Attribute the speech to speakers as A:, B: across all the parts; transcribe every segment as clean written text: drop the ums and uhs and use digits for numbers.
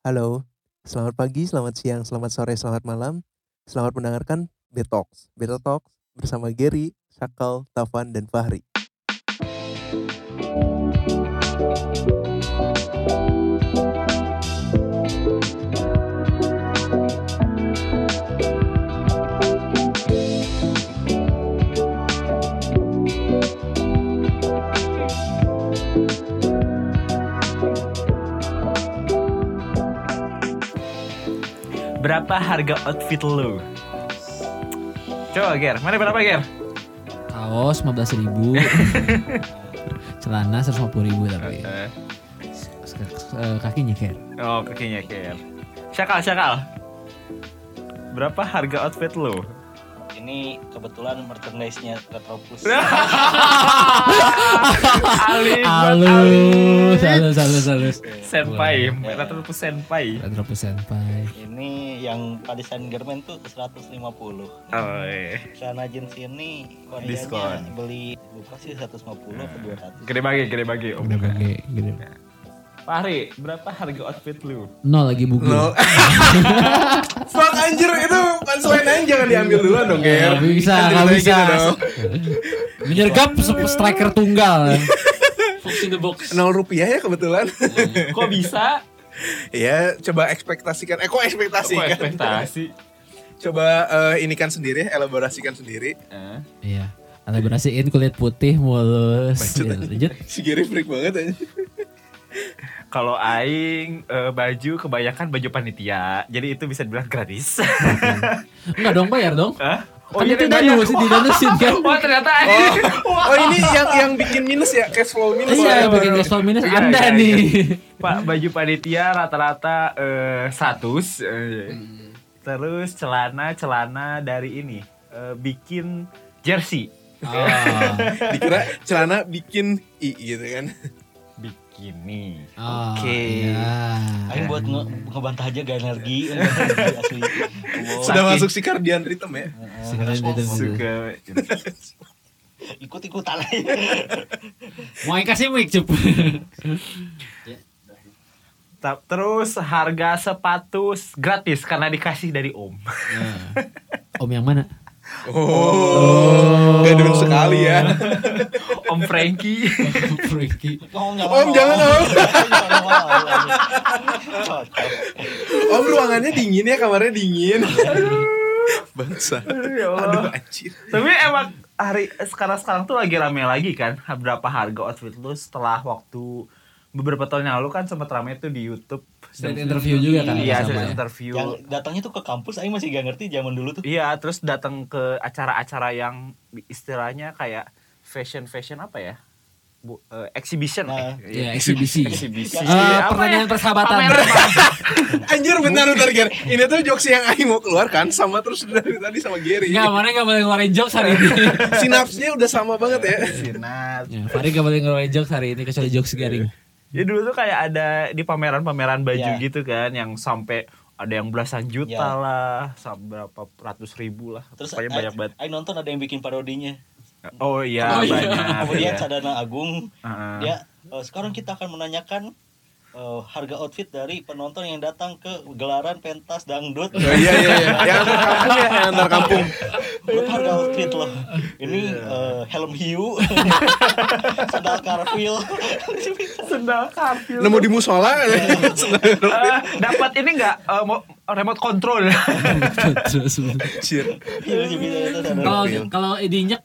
A: Halo, selamat pagi, selamat siang, selamat sore, selamat malam. Selamat mendengarkan Betox. Betox bersama Gary, Sakal, Tavan, dan Fahri.
B: Berapa harga outfit lu? Coba Ger, mana berapa Ger?
C: Kaos 15.000. Celana 150.000 tapi. Kakinya Ger.
B: Oh kakinya Ger. Syakal. Berapa harga outfit lu?
D: Ini kebetulan merchandise-nya Retropus.
C: Salus.
B: Senpai, Retropus Senpai.
D: Ini yang pada Saint Germain tuh 150.
B: Oh iya.
D: Celana jeans ini
B: Diskon.
D: Koreanya beli buka sih 150 ke 200.
B: Gede bagi Om.
C: Udah gede.
B: Fahri, berapa harga outfit lu?
C: Nol lagi buku.
A: Fuck anjir, itu punchline aja jangan diambil duluan dong, Ger.
C: Gak bisa. Menyergap striker tunggal. Fox in the box.
A: 0 rupiah ya kebetulan.
B: Kok bisa?
A: Ya, coba ekspektasikan. Kok ekspektasi? Coba inikan sendiri, elaborasikan sendiri.
C: Iya. Elaborasiin kulit putih mulus. Lanjut.
A: Si Gary freak banget aja.
B: Kalau aing baju kebanyakan baju panitia, jadi itu bisa dibilang gratis.
C: Enggak dong, bayar dong.
B: Hah?
C: Kan itu didanusin kan.
B: Oh ternyata
A: Ini yang bikin minus ya, cash flow minus.
C: Iya, bikin cash flow minus Anda nih.
B: Pak, baju panitia rata-rata 100. Terus celana dari ini bikin jersey.
A: Dikira celana bikin gitu kan.
B: Bikini.
C: Oke.
D: Aing buat ngebantah aja gak energi asli.
A: Sudah masuk si cardian rhythm ya.
B: Suka
D: Ikut-ikutan aja.
C: Mau kasih mic cup.
B: Terus harga sepatu gratis karena dikasih dari Om.
C: Om yang mana?
A: Gadun sekali ya.
B: Om Frankie.
A: Om jangan Om. Om ruangannya dingin ya, kamarnya dingin. Bangsa. Aduh anjir.
B: Tapi emang sekarang tuh lagi rame lagi kan berapa harga outfit lu setelah waktu beberapa tahun yang lalu kan sempat rame tuh di YouTube.
C: Interview juga kan?
B: Iya,
C: ya?
B: interview.
D: Yang datangnya tuh ke kampus, Aing masih gak ngerti zaman dulu tuh.
B: Iya, terus datang ke acara-acara yang istilahnya kayak fashion apa ya? Exhibition.
C: Iya, eksibisi. Pertandingan
B: ya?
C: persahabatan.
A: Anjir bentar Ger. Ini tuh jokes yang Aing mau keluarkan sama terus dari tadi sama Gary.
C: Enggak, mana enggak boleh ngeluarin jokes hari ini.
A: Sinapsnya udah sama banget ya.
B: Sinar.
C: Ya, Fahri enggak boleh ngeluarin jokes hari ini kecuali jokes garing.
B: Ya dulu tuh kayak ada di pameran baju gitu kan yang sampai ada yang belasan juta lah, sampai berapa ratus ribu lah.
D: Terus
B: banyak banget.
D: Aing nonton ada yang bikin parodinya.
B: Oh iya banyak.
D: Kemudian
B: Ya.
D: Sadana Agung dia sekarang kita akan menanyakan harga outfit dari penonton yang datang ke gelaran pentas dangdut.
A: Oh, iya. Yang antar kampung.
D: Berapa harga outfit loh? Ini helm hiu, sandal karfil.
A: Nemu di musola.
B: Dapat ini enggak remote control.
A: Anjir.
C: Kalau diinjek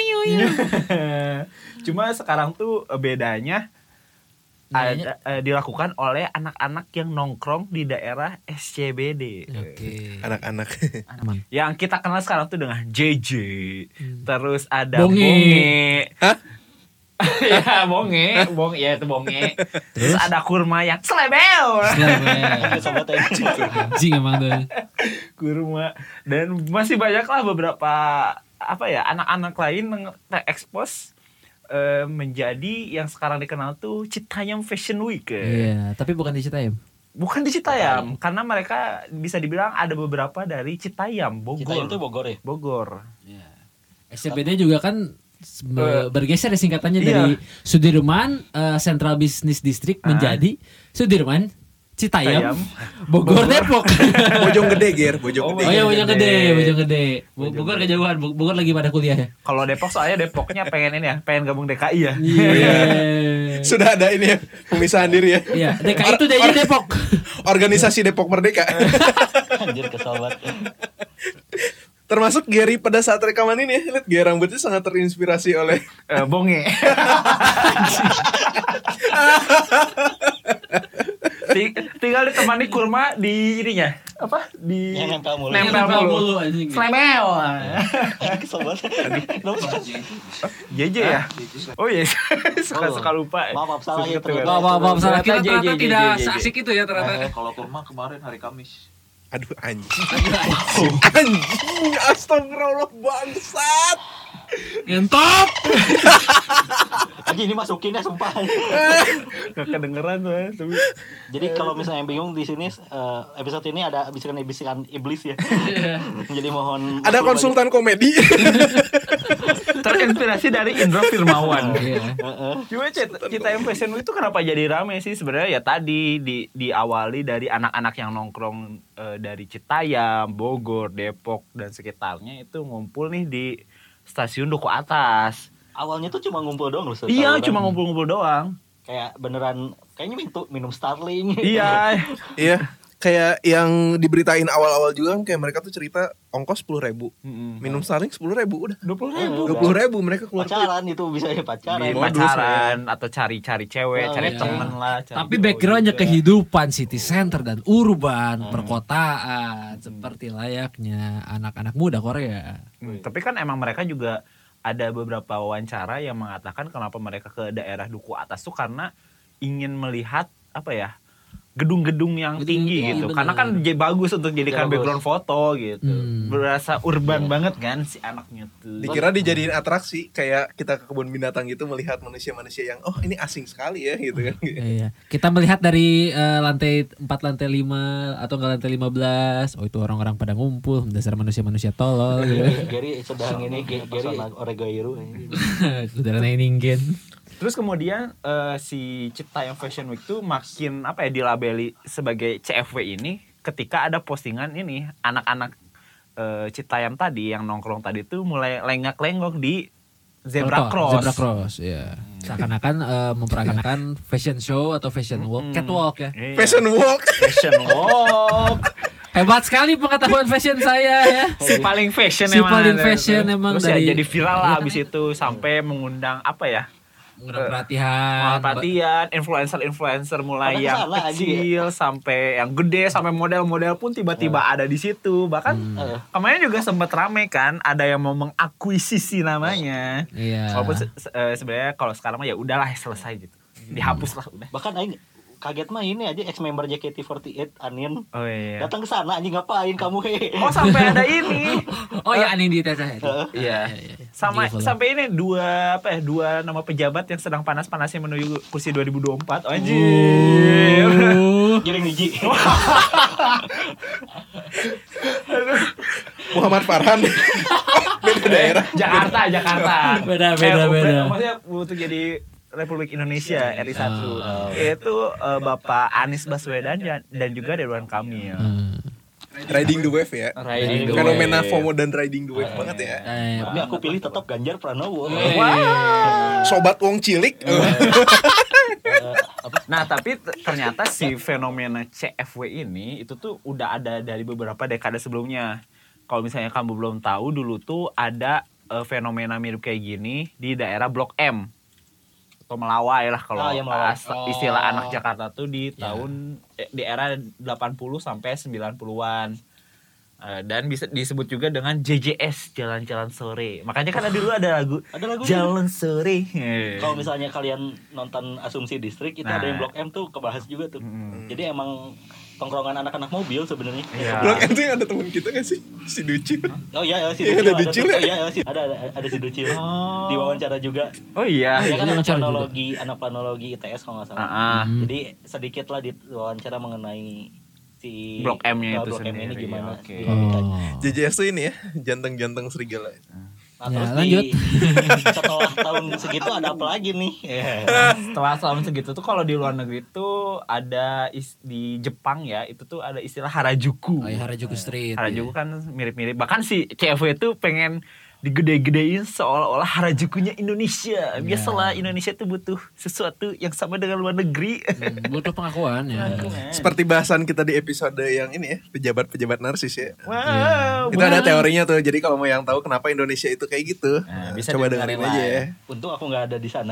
B: Cuma sekarang tuh bedanya dilakukan oleh anak-anak yang nongkrong di daerah SCBD.
C: Oke.
A: Anak-anak.
B: Yang kita kenal sekarang tuh dengan JJ. Terus ada
C: Bonge.
A: Hah?
B: Ya Bonge, ya itu Bonge. Terus ada kurma yang selebel.
D: Sobat
C: Anjing emang tuh.
B: Kurma. Dan masih banyak lah beberapa anak-anak lain yang terekspos menjadi yang sekarang dikenal tuh Citayam Fashion Week.
C: Iya, tapi bukan di Citayam.
B: Bukan di Citayam, karena mereka bisa dibilang ada beberapa dari Citayam, Bogor.
D: Citayam tuh Bogor ya?
B: Bogor.
C: Iya. SCBD juga kan bergeser singkatannya dari Sudirman Central Business District menjadi Sudirman Citayam, Bogor, Depok.
A: Bojonggede, Ger. Bojonggede.
C: Oh iya Bojonggede. Bogor kejauhan. Bogor lagi pada kuliah ya.
B: Kalau Depok soalnya Depoknya pengen ini ya, pengen gabung DKI ya.
C: Iya.
A: Sudah ada ini ya, pemisahan diri ya.
C: Iya, DKI itu dari Depok.
A: Organisasi Depok Merdeka.
D: Anjir kesal banget.
A: Termasuk Gary pada saat rekaman ini ya, lihat Gary rambutnya sangat terinspirasi oleh
B: Bonge. Tinggal ditemani kurma di ininya. Apa? Di
D: Yang nempel mulu.
B: Nempel mulu.
C: anjing.
B: Slemeo.
D: Kesel banget. Kenapa sih?
B: JJ ya? Oh iya, suka lupa.
D: Maaf, salah ya,
B: Suka-
D: ternyata.
C: Maaf salah kita
B: Ternyata
C: ternyata
B: JJ.
C: tidak seasik itu ya ternyata.
E: Kalau kurma kemarin hari Kamis.
A: aduh anjing. Anjing, astagfirullah bangsat.
C: Ngentop.
D: Anjir ini masukin ya sumpah.
B: Gak kedengeran tuh. Tapi
D: Jadi kalau misalnya yang bingung di sini episode ini ada bisikan-bisikan iblis ya. Jadi mohon
A: Ada konsultan komedi.
B: terinspirasi dari Indro Firmawan.
C: Iya.
B: Cuma Citayam Fashion Week itu kenapa jadi rame sih sebenarnya ya tadi diawali dari anak-anak yang nongkrong dari Citayam, Bogor, Depok dan sekitarnya itu ngumpul nih di stasiun Duku Atas.
D: Awalnya tuh cuma ngumpul doang loh.
B: Iya,
D: setahunan.
B: cuma ngumpul-ngumpul doang.
D: Kayak beneran kayaknya minum Starling.
B: Iya.
A: Iya, kayak yang diberitain awal-awal juga kan kayak mereka tuh cerita ongkos 10.000, minum Starling 10.000 udah. 20.000 mereka keluar.
D: Pacaran itu bisa ya pacaran.
B: Di
A: Modus,
B: pacaran atau cari cewek, cari
C: iya.
B: temen lah. cari
C: Tapi
B: jodoh
C: backgroundnya
B: juga.
C: kehidupan city center dan urban, perkotaan seperti layaknya anak-anak muda Korea.
B: Tapi kan emang mereka juga ada beberapa wawancara yang mengatakan kenapa mereka ke daerah Duku Atas tuh karena ingin melihat apa ya gedung-gedung yang tinggi
C: iya,
B: gitu.
C: bener.
B: Karena kan bagus untuk jadikan
D: Bagus.
B: background foto gitu. Berasa urban banget kan si anaknya tuh.
A: Dikira dijadiin atraksi kayak kita ke kebun binatang gitu melihat manusia-manusia yang oh ini asing sekali ya gitu kan.
C: Iya. Kita melihat dari lantai 4, lantai 5 atau enggak lantai 15. Oh itu orang-orang pada ngumpul, dasar manusia-manusia tolol gitu.
D: Gary sedang ini Gary Oregairu.
C: Saudara Ningen.
B: Terus kemudian si Citayam Fashion Week tuh makin apa ya dilabeli sebagai CFW ini ketika ada postingan ini anak-anak Citayam tadi yang nongkrong tadi tuh mulai lenggak-lenggok di Zebra Cross.
C: ya. Seakan-akan memperagakan fashion show atau fashion walk, catwalk ya.
B: Iya.
A: Fashion walk.
B: Fashion walk.
C: Hebat sekali pengetahuan fashion saya ya.
B: Si paling fashion
C: Si
B: emang.
C: paling
B: ada.
C: fashion emang
B: Terus
C: dari-
B: ya jadi viral lah abis itu sampai mengundang apa ya?
C: Mengundang perhatian.
B: Perhatian, influencer mulai
D: Pada
B: yang
D: kesana aja
B: kecil sampai yang gede sampai model-model pun tiba-tiba ada di situ. Bahkan kemarin juga sempat rame kan, ada yang mau mengakuisisi namanya.
C: Iya.
B: Walaupun sebenarnya kalau sekarang mah ya udahlah selesai gitu. Dihapus lah udah.
D: Bahkan aing kaget mah ini aja ex member JKT48 Anian
B: Oh iya.
D: datang ke sana anjing ngapain kamu he.
B: Oh sampai ada ini.
C: Oh ya Ani di teteh itu.
B: Iya.
C: Iya, follow.
B: Sampai ini dua nama pejabat yang sedang panas-panasnya menuju kursi 2024. Anjir.
D: Giring hiji.
A: Muhammad Farhan. Beda daerah.
B: Jakarta.
C: Beda.
B: Maksudnya untuk jadi Republik Indonesia RI 1 itu Bapak Anies Baswedan dan juga Ridwan Kamil.
A: Riding the wave ya.
B: Riding the
A: Fenomena
B: wave.
A: FOMO dan riding the wave banget ya.
D: Tapi aku pilih tetap Ganjar Pranowo.
A: Sobat wong cilik.
B: Nah tapi ternyata si fenomena CFW ini itu tuh udah ada dari beberapa dekade sebelumnya. Kalau misalnya kamu belum tahu, dulu tuh ada fenomena mirip kayak gini di daerah Blok M atau Melawai lah kalau
D: ya, Melawai.
B: istilah anak Jakarta tuh di tahun di era 80 sampai 90-an. Dan bisa disebut juga dengan JJS, Jalan-Jalan Sore. Makanya kan dulu ada lagu Jalan Sore.
D: Kalau misalnya kalian nonton Asumsi Distrik itu ada yang Blok M tuh kebahas juga tuh. Jadi emang tongkrongan anak-anak mobil sebenarnya.
B: Iya.
A: Blok M tuh ada temen kita gak sih? Si Duci.
D: Oh iya si
A: Iya,
D: Ducil
A: ada Ducil ya?
D: ada si Ducil. Di wawancara juga.
B: Oh iya.
D: Dia kan
C: wawancara
D: anak planologi ITS kalau nggak salah. Jadi sedikit lah di wawancara mengenai si
B: Blok M-nya itu
D: Blok M ini
B: sendiri,
D: gimana.
B: oke.
D: dinamikanya.
A: JJS tuh ini ya, jantung-jantung serigala.
D: Nah,
C: Ya,
D: terus
C: lanjut.
D: setelah tahun segitu ada apa lagi nih?
B: Setelah tahun segitu tuh kalau di luar negeri tuh ada di Jepang ya, itu tuh ada istilah Harajuku.
C: Oh, ya, Harajuku Street.
B: Harajuku kan mirip-mirip. Bahkan si CFW itu pengen digede-gedein seolah-olah Harajukunya Indonesia. Biasalah Indonesia tuh butuh sesuatu yang sama dengan luar negeri.
C: Butuh pengakuan ya.
A: Seperti bahasan kita di episode yang ini ya, pejabat-pejabat narsis ya.
B: Wow.
A: Itu ada teorinya tuh. Jadi kalau mau yang tahu kenapa Indonesia itu kayak gitu,
B: Nah, bisa
A: coba
B: didengerin
A: dengerin aja
B: lah.
A: ya.
D: Untung aku nggak ada di sana.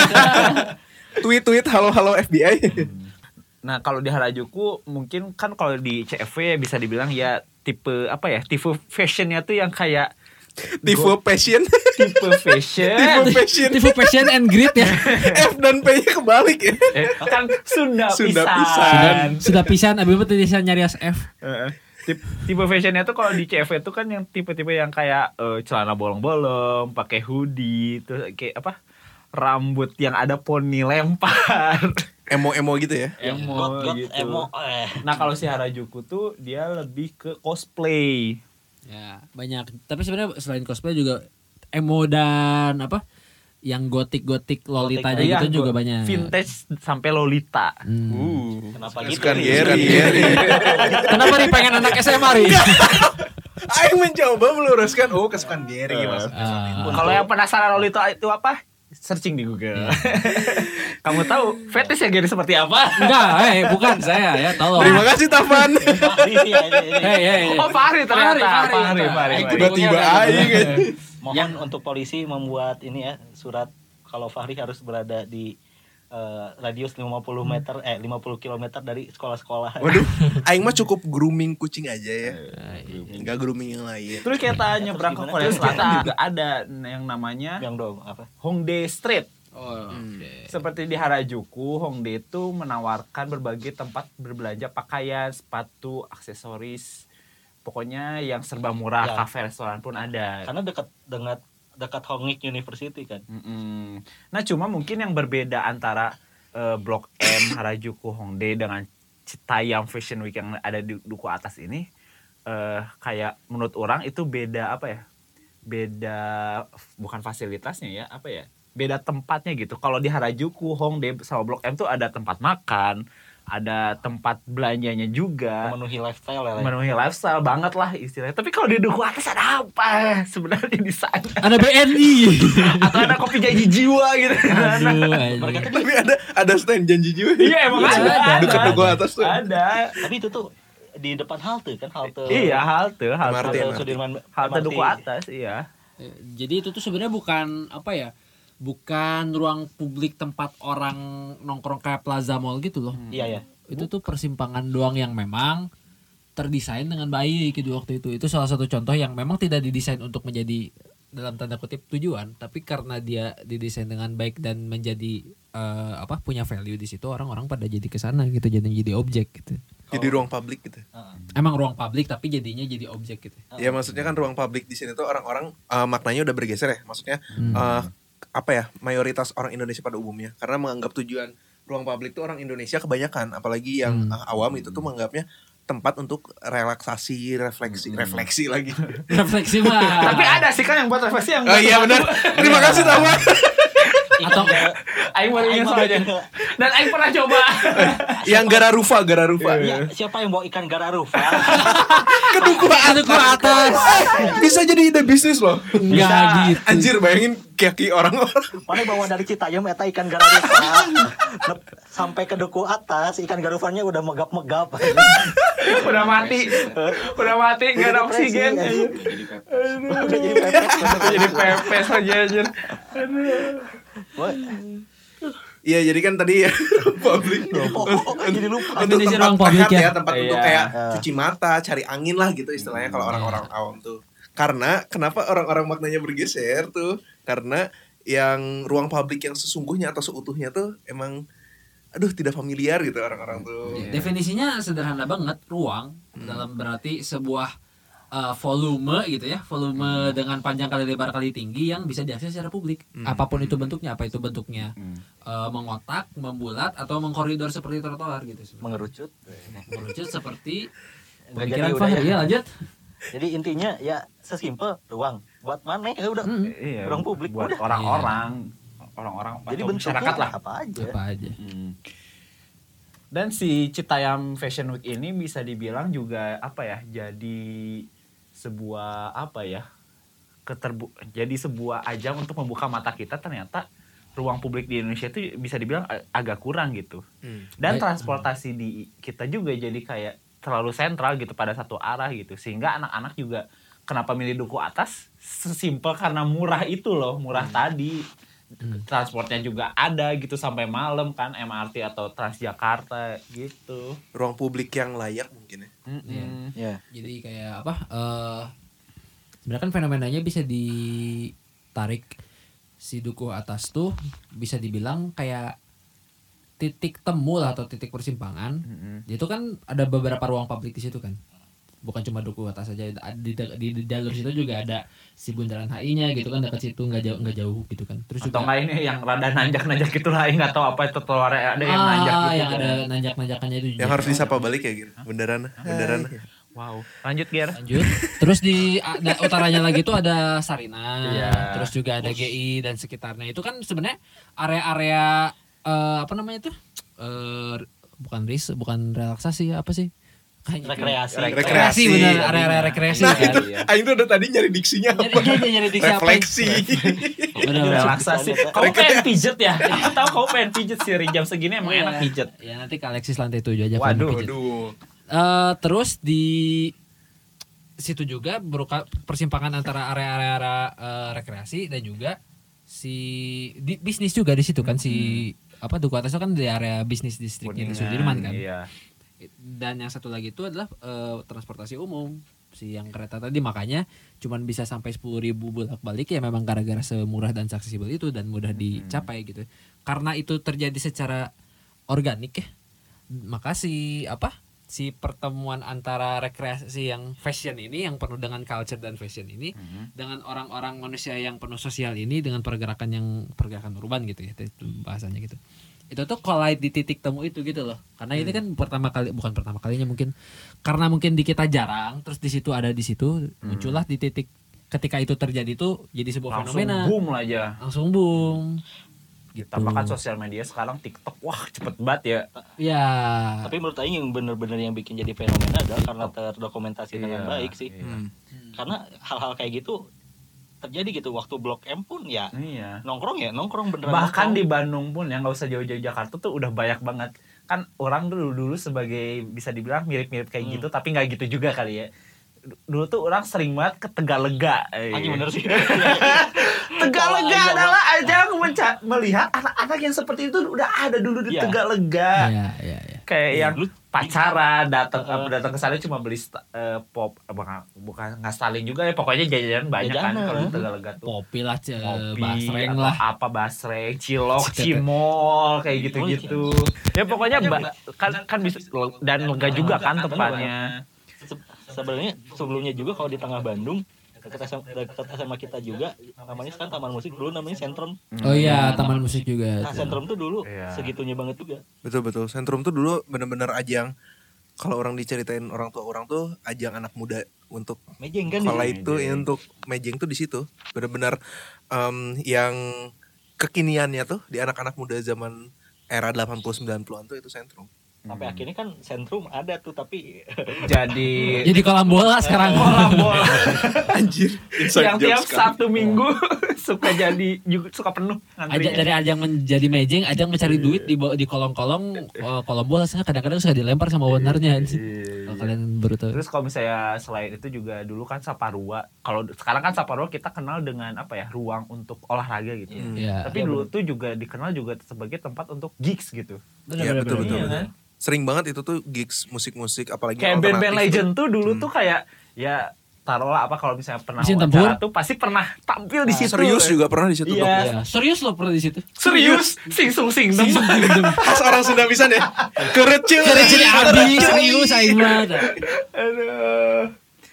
A: Tweet halo FBI.
B: Nah kalau di Harajuku mungkin kan kalau di CFW bisa dibilang ya tipe apa ya, tipe fashionnya tuh yang kayak
A: Tipe passion.
B: tipe fashion.
A: Tipe passion.
C: Tipe passion and grit ya.
A: F dan P-nya kebalik ya.
B: Kan Sunda
A: Sunda
B: pisan.
A: pisan.
C: Sudah pisan abis itu bisa nyarias F.
B: Tipe fashionnya tuh kalau di CFW tuh kan yang tipe-tipe yang kayak celana bolong-bolong, pakai hoodie, terus kayak apa? Rambut yang ada poni lempar.
A: Emo-emo gitu ya.
B: Emo
D: God,
B: gitu.
D: emo.
B: Nah, kalau si Harajuku tuh dia lebih ke cosplay.
C: Ya, banyak. Tapi sebenarnya selain cosplay juga emo dan apa? Yang gotik-gotik lolitanya
B: Iya,
C: gitu juga banyak.
B: Vintage sampai Lolita.
D: Kenapa gitu?
A: Sukan Gary.
C: Kenapa nih pengen anak SMA nih?
A: Aing mencoba meluruskan kesukaan Gary maksudnya.
B: Kalau yang penasaran Lolita itu apa? Searching di Google. Kamu tahu fetish ya Gary seperti apa?
C: Enggak, bukan saya ya, tolong.
A: Terima kasih Tavan.
D: Fahri sih ini.
B: Oh, Fahri ternyata. Fahri.
A: Tiba-tiba aing.
D: Mohon untuk polisi membuat ini ya surat kalau Fahri harus berada di radius 50 meter 50 km dari sekolah-sekolah.
A: Waduh, aing mah cukup grooming kucing aja ya. Enggak grooming yang lain.
B: Terus kita nyebrang ke Korea Selatan juga ada yang namanya
D: Yang dong apa?
B: Hongdae Street.
C: Oh,
B: Seperti di Harajuku, Hongdae itu menawarkan berbagai tempat berbelanja pakaian, sepatu, aksesoris. Pokoknya yang serba murah,
D: Ya.
B: kafe, restoran pun ada.
D: Karena dekat Hongik University kan.
B: Nah, cuma mungkin yang berbeda antara Blok M, Harajuku, Hongdae dengan Citayam Fashion Week yang ada di Duku Atas ini, kayak menurut orang itu beda apa ya? Beda bukan fasilitasnya ya, apa ya? Beda tempatnya gitu. Kalau di Harajuku, Hongdae sama Blok M tuh ada tempat makan, ada tempat belanjanya juga.
D: Memenuhi lifestyle ya.
B: Memenuhi lifestyle banget lah istilahnya. Tapi kalau di Duku Atas ada apa sebenarnya di sana?
C: ada BNI.
B: Atau ada kopi janji jiwa gitu.
D: Mereka tuh
A: Tapi ada stand janji jiwa.
B: Iya emang ada.
A: Dekat Duku Atas tuh.
B: Ada.
D: tapi itu tuh di depan halte kan, halte.
B: Iya halte
A: MRT.
D: Sudirman
B: halte
D: MRT.
B: Duku Atas iya.
C: Jadi itu tuh sebenarnya bukan apa ya? Bukan ruang publik tempat orang nongkrong kayak Plaza Mall gitu loh.
D: Iya ya.
C: Itu tuh persimpangan doang yang memang terdesain dengan baik gitu waktu itu. Itu salah satu contoh yang memang tidak didesain untuk menjadi dalam tanda kutip tujuan, tapi karena dia didesain dengan baik dan menjadi punya value di situ, orang-orang pada jadi kesana gitu, jadi objek gitu.
A: Jadi ruang publik gitu.
C: Emang ruang publik tapi jadinya jadi objek gitu.
A: Ya maksudnya kan ruang publik di sini tuh orang-orang maknanya udah bergeser ya. Maksudnya apa ya, mayoritas orang Indonesia pada umumnya karena menganggap tujuan ruang publik tuh orang Indonesia kebanyakan, apalagi yang awam itu tuh menganggapnya tempat untuk relaksasi, refleksi lagi.
C: Refleksi mah.
B: Tapi ada sih kan yang buat refleksi yang
A: Oh iya benar. Terima kasih Taman.
C: Atau
B: Aing baru ingat soalnya. Dan Aing pernah coba.
A: Yang Gararufa.
D: Ya, siapa yang bawa ikan gararufa?
A: Ke Duku
C: atas.
A: Bisa jadi ide bisnis loh.
C: Enggak gitu.
A: Anjir, bayangin kaki orang-orang.
D: Mana bawa dari Citayam eta ikan gararufa. Sampai ke Duku Atas, ikan garufanya udah megap-megap.
B: Udah mati, nggak ada oksigen.
D: Udah jadi pepes.
B: Jadi pepes aja anjir.
A: Iya, jadi kan tadi ya publik.
D: Jadi lupa.
A: Untuk
C: Indonesia
A: tempat
C: ruang publik
A: rehat
C: ya.
A: tempat untuk
B: Iya.
A: kayak cuci mata, cari angin lah gitu istilahnya kalau orang-orang awam tuh. Karena kenapa orang-orang maknanya bergeser tuh? Karena yang ruang publik yang sesungguhnya atau seutuhnya tuh emang tidak familiar gitu orang-orang tuh.
C: Definisinya sederhana banget, ruang dalam berarti sebuah volume gitu ya, volume dengan panjang kali lebar kali tinggi yang bisa diakses secara publik. Apapun itu bentuknya, apa itu bentuknya mengotak, membulat atau mengkoridor seperti trotoar gitu.
D: Mengerucut.
C: Mengerucut seperti
D: Nggak jadi
C: pemikiran
D: udah
C: Fahri
D: ya.
C: ya, lanjut.
D: Jadi intinya ya sesimpel ruang buat mana ya udah
B: Iya,
D: ruang publik
B: buat
D: udah.
B: orang-orang
D: Jadi
B: atau
D: bentuknya
B: masyarakat lah.
D: apa aja.
C: Apa aja.
B: Dan si Citayam Fashion Week ini bisa dibilang juga apa ya? Jadi sebuah apa ya? Jadi sebuah ajang untuk membuka mata kita ternyata ruang publik di Indonesia itu bisa dibilang agak kurang gitu. Dan transportasi di kita juga jadi kayak terlalu sentral gitu pada satu arah gitu. Sehingga anak-anak juga kenapa milih Duku Atas? Sesimpel karena murah itu loh, murah tadi. Transportnya juga ada gitu sampai malam kan, MRT atau Transjakarta gitu.
A: Ruang publik yang layak mungkin ya.
D: Ya.
C: Jadi kayak apa? Sebenarnya kan fenomenanya bisa ditarik si Duku Atas tuh bisa dibilang kayak titik temu lah atau titik persimpangan. Itu kan ada beberapa ruang publik di situ kan. Bukan cuma Duku Atas saja, di jalur situ juga ada si Bundaran HI-nya gitu kan, dekat situ nggak jauh gitu kan. Terus
B: Atau
C: juga
B: nggak ini yang rada nanjak-nanjak gitu lah, nggak tahu apa itu trotoarnya ada yang nanjak gitu.
C: yang ada nanjak-nanjakannya itu
A: Yang harus disapa balik ya gitu. Bundaran.
B: Wow. Lanjut Ger.
C: lanjut. Terus di utaranya lagi tuh ada Sarina,
B: Iya.
C: terus juga ada GI dan sekitarnya. Itu kan sebenarnya area-area apa namanya tuh? Bukan relaksasi apa sih? Rekreasi benar, area-area rekreasi
A: Nah
C: kan.
A: itu, Aing tuh udah tadi nyari diksinya apa?
C: Nyari diksi apa?
A: Refleksi.
C: Benar.
B: Relaksasi. Kamu pengen pijet ya? Aku tahu kamu pengen pijet sih jam segini emang enak pijet.
C: Ya nanti ke Alexis lantai 7 aja kalau mau pijet.
A: Waduh.
C: Terus di situ juga persimpangan antara area-area rekreasi dan juga bisnis juga di situ kan si apa Duku Atas itu kan di area bisnis distriknya di Sudirman kan.
B: Iya.
C: Dan yang satu lagi itu adalah transportasi umum si yang kereta tadi, makanya cuman bisa sampai 10.000 bolak-balik ya memang gara-gara semurah dan aksesibel itu dan mudah dicapai gitu. Karena itu terjadi secara organik ya. Maka si pertemuan antara rekreasi yang fashion ini yang penuh dengan culture dan fashion ini dengan orang-orang manusia yang penuh sosial ini dengan pergerakan urban gitu ya, itu bahasanya gitu. Itu tuh collide di titik temu itu gitu loh. Karena ini kan bukan pertama kalinya mungkin. Karena mungkin di kita jarang, terus di situ ada di situ muncullah di titik ketika itu terjadi tuh jadi sebuah fenomena. Langsung boom. Gitu.
B: Ditambah kan sosial media sekarang TikTok, wah cepet banget ya.
C: Ya.
D: Tapi menurut Aing yang benar-benar yang bikin jadi fenomena adalah karena terdokumentasi dengan baik sih. Karena hal-hal kayak gitu terjadi gitu waktu Blok M pun ya nongkrong beneran.
B: Bahkan di Bandung pun ya nggak usah jauh-jauh Jakarta tuh udah banyak banget. Kan orang dulu sebagai bisa dibilang mirip-mirip kayak gitu tapi nggak gitu juga kali ya. Dulu tuh orang sering banget ke Tegalega.
D: Anjing bener sih.
B: Tegalega adalah ajang melihat anak-anak yang seperti itu udah ada dulu di Tegalega.
C: Iya.
B: Kayak yang pacaran datang ke sana cuma beli pop bukan nggak Stalin juga ya, pokoknya jajanan banyak kan kalau di Tegalega tuh.
C: Kopi lah,
B: Kopi,
C: basreng
B: atau
C: lah.
B: apa basreng, cilok, cimol kayak gitu-gitu. Ya pokoknya kan bisa dan lega juga kan tempatnya.
D: Sebenarnya sebelumnya juga kalau di tengah Bandung dekat SMA kita juga namanya sekarang Taman Musik, dulu namanya Sentrum.
C: Oh iya, Taman Musik juga.
D: Nah, Sentrum tuh dulu segitunya banget juga.
A: Betul. Sentrum tuh dulu benar-benar ajang, kalau orang diceritain orang tuh ajang anak muda untuk
D: Mejeng kan.
A: Kalau itu ya, untuk mejeng tuh di situ. Benar-benar yang kekiniannya tuh di anak-anak muda zaman era 80 90-an tuh itu Sentrum.
D: Sampai akhirnya kan Sentrum ada tuh tapi
C: jadi kolam bola sekarang.
B: Kolam bola.
A: Anjir.
B: Yang tiap Sabtu Minggu suka penuh antrinya.
C: Dari ajang menjadi mejeng, ajang mencari duit di kolong-kolong kolam bola, saya kadang-kadang suka dilempar sama ownernya. Kalau kalian baru tahu.
B: Terus kalau misalnya selain itu juga dulu kan Saparua. Kalau sekarang kan Saparua kita kenal dengan apa ya, ruang untuk olahraga gitu. Tapi dulu tuh juga dikenal juga sebagai tempat untuk gigs gitu.
A: Iya betul.
B: Kan?
A: Sering banget itu tuh gigs musik-musik apalagi
B: kayak
A: alternatif.
B: band-band legend tuh dulu tuh kayak ya taruhlah apa kalau misalnya pernah
C: Mesin
B: wawancara tuh pasti pernah tampil di situ.
A: Serius juga pernah di situ.
B: Iya.
C: Serius lo pernah di situ.
B: Serius. Sing sung sing dem.
A: Khas orang Sunda pisan ya. Kerecil.
C: Abi serius aing mah.
B: Aduh.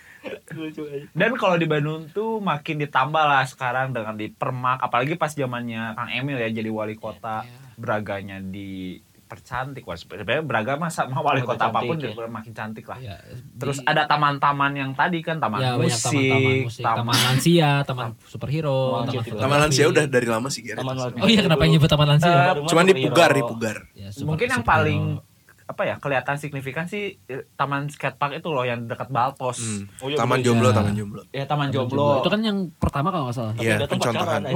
B: Dan kalau di Bandung tuh makin ditambah lah sekarang dengan di Permak, apalagi pas zamannya Kang Emil ya jadi wali kota, Braganya percantik. Wah, sebenarnya beragama sama wali kota apapun dia makin cantik lah.
C: Ya,
B: Terus ada taman-taman yang tadi kan, taman
C: ya,
B: musik,
C: taman lansia, taman superhero,
A: Taman lansia udah dari lama sih kira.
C: Oh iya, kenapa nyebut taman lansia?
A: Cuman di Pugar.
C: Ya,
B: Mungkin yang paling apa ya kelihatan signifikan sih taman skatepark itu loh yang dekat Baltos.
D: Oh, iya,
A: Taman Jomblo, Taman Jomblo.
B: Ya taman Jomblo.
C: Itu kan yang pertama kalau nggak salah.
A: Iya, pencontohan.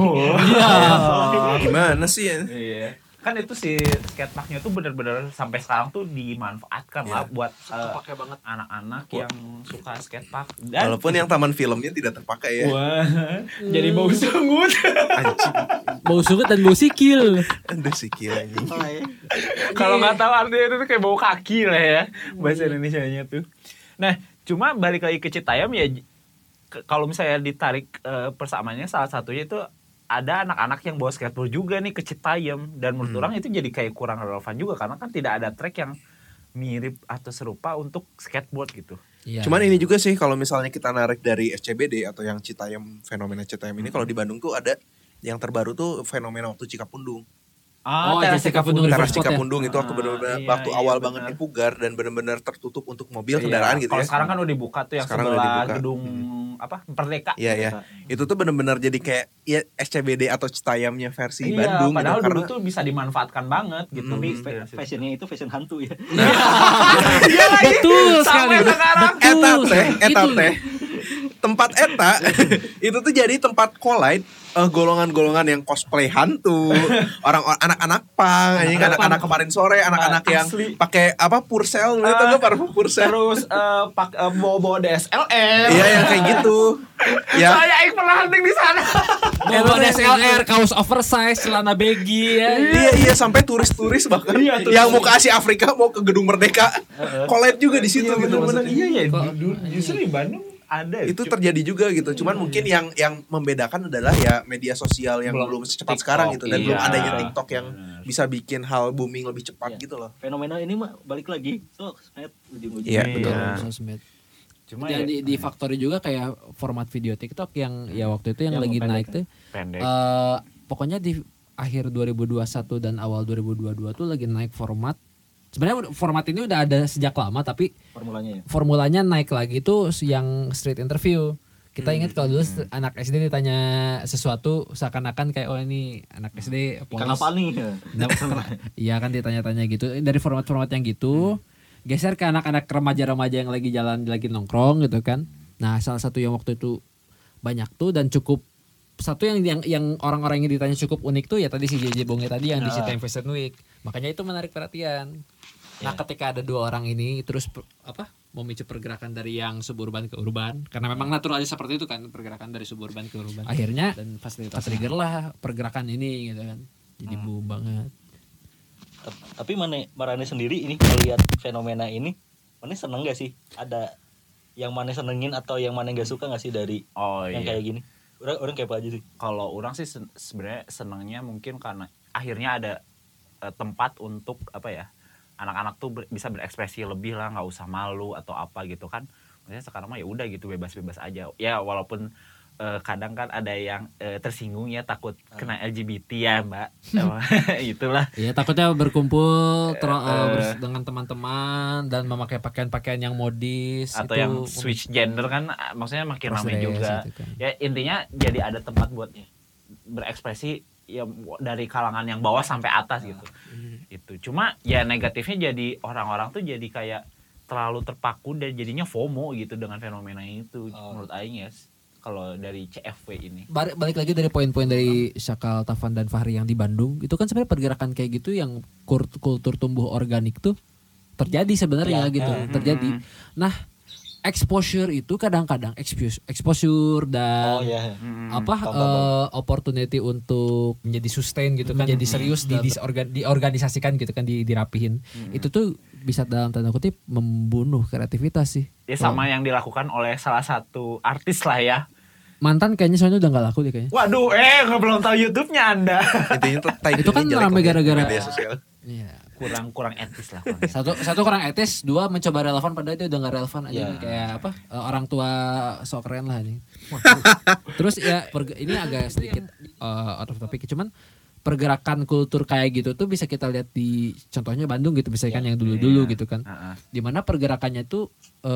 A: Gimana sih ya?
B: Iya. Kan itu si skateparknya tuh bener-bener sampai sekarang tuh dimanfaatkan lah buat anak-anak yang suka skatepark. Dan
A: Walaupun yang taman filmnya tidak terpakai ya.
B: wah, jadi bau sungut.
A: Anjing.
C: Bau sungut dan bau sikil.
A: Aduh sikil anjing.
B: Kalau nggak tahu artinya itu tuh kayak bau kaki lah ya bahasa Indonesianya tuh. Nah, cuma balik lagi ke Citayam ya, kalau misalnya ditarik persamaannya salah satunya itu ada anak-anak yang bawa skateboard juga nih ke Citayam, dan menurut orang itu jadi kayak kurang relevan juga karena kan tidak ada track yang mirip atau serupa untuk skateboard gitu.
C: Iya.
A: Cuman ini juga sih kalau misalnya kita narik dari SCBD atau yang Citayam, fenomena Citayam ini kalau di Bandung tuh ada yang terbaru tuh fenomena waktu Cikapundung.
B: Teras Cikapundung.
A: Teras Cikapundung itu waktu benar-benar waktu awal
B: bener.
A: banget di Pugar dan benar-benar tertutup untuk mobil
B: Iya,
A: kendaraan gitu
B: kalau
A: ya.
B: sekarang kan udah dibuka tuh yang
A: Sekarang
B: sebelah
A: udah dibuka.
B: gedung apa Merdeka.
A: Iya ya. Itu tuh benar-benar jadi kayak ya SCBD atau Citayamnya versi
B: Iya,
A: Bandung
B: padahal
A: gitu,
B: dulu tuh bisa dimanfaatkan banget gitu.
D: Tapi fashionnya itu fashion hantu ya.
B: Iya lagi.
C: Betul
B: Sampai
C: sekali.
B: sekarang.
A: Eta teh tempat eta itu tuh jadi tempat collide golongan-golongan yang cosplay hantu, anak-anak pang, anak-anak kemarin sore, anak-anak yang
B: Asli.
A: pakai apa Purcell, itu tuh parfum Purcell.
B: Terus bawa DSLR.
A: Iya yang kayak gitu. Ya.
B: Saya yang pernah hunting di sana.
C: Bawa DSLR, kaos oversize, celana baggy ya.
A: Iya sampai turis-turis bahkan yang mau ke Asia Afrika, mau ke Gedung Merdeka, collide juga di situ gitu maksudnya.
B: Iya justru di Bandung ada.
A: Itu terjadi juga gitu. Cuman mungkin yang membedakan adalah ya media sosial yang belum secepat sekarang gitu dan belum adanya TikTok yang bisa bikin hal booming lebih cepat gitu loh.
D: Fenomena ini mah balik lagi sosmed ujung-ujungnya.
A: Iya, betul.
C: Sosmed.
B: Cuma
C: Ya, di factory juga kayak format video TikTok yang ya waktu itu yang lagi naik tuh.
B: pendek.
C: Pokoknya di akhir 2021 dan awal 2022 tuh lagi naik format. Sebenarnya format ini udah ada sejak lama tapi formulanya naik lagi tuh yang street interview. Kita ingat kalau dulu anak SD ditanya sesuatu seakan-akan kayak ini anak SD polos.
D: Kenapa nih?
C: Iya kan ditanya-tanya gitu. Dari format-format yang gitu geser ke anak-anak remaja-remaja yang lagi jalan lagi nongkrong gitu kan. Nah, salah satu yang waktu itu banyak tuh dan cukup satu yang orang-orang yang ditanya cukup unik tuh ya tadi si JJ Bonge tadi yang di Citayam Fashion Week. Makanya itu menarik perhatian. Nah, ketika ada dua orang ini terus memicu pergerakan dari yang suburban ke urban karena memang naturalnya seperti itu kan pergerakan dari suburban ke urban. Akhirnya dan fasilitas trigger lah pergerakan ini gitu kan. Jadi boom banget.
D: Tapi Marane sendiri ini kalau lihat fenomena ini, Mane seneng gak sih? Ada yang Mane senengin atau yang Mane gak suka gak sih dari yang kayak gini? Orang kayak apa aja sih?
B: Kalau orang sih sebenarnya senangnya mungkin karena akhirnya ada tempat untuk apa ya anak-anak tuh bisa berekspresi lebih lah, nggak usah malu atau apa gitu kan. Maksudnya sekarang mah ya udah gitu bebas-bebas aja. Ya walaupun kadang kan ada yang tersinggung ya takut kena LGBT ya Mbak. Itulah.
C: Iya takutnya berkumpul dengan teman-teman dan memakai pakaian-pakaian yang modis
B: atau
C: itu,
B: yang switch gender kan maksudnya makin ramai juga.
C: Gitu kan.
B: Ya intinya jadi ada tempat buat berekspresi ya dari kalangan yang bawah sampai atas gitu. Itu. Cuma ya negatifnya jadi orang-orang tuh jadi kayak terlalu terpaku dan jadinya FOMO gitu dengan fenomena itu menurut aing ya. Kalau dari CFW ini
C: balik lagi dari poin-poin dari Syakal, Tavan dan Fahri yang di Bandung itu kan sebenarnya pergerakan kayak gitu yang kultur tumbuh organik tuh terjadi sebenarnya gitu terjadi. Nah exposure itu kadang-kadang exposure dan opportunity untuk menjadi sustain gitu kan jadi serius diorganisasikan gitu kan dirapihin itu tuh bisa dalam tanda kutip membunuh kreativitas sih
B: ya sama yang dilakukan oleh salah satu artis lah ya
C: mantan kayaknya soalnya udah nggak laku deh kayaknya
B: waduh belum tahu YouTube-nya Anda
C: itu kan ramai gara-gara
A: media sosial.
C: Iya.
B: kurang etis lah
C: satu kurang etis, dua mencoba relevan padahal itu udah nggak relevan aja kayak apa orang tua sok keren lah ini. Terus ya ini agak sedikit out of topic cuman pergerakan kultur kayak gitu tuh bisa kita lihat di contohnya Bandung gitu misalkan yang dulu-dulu gitu kan. Dimana pergerakannya tuh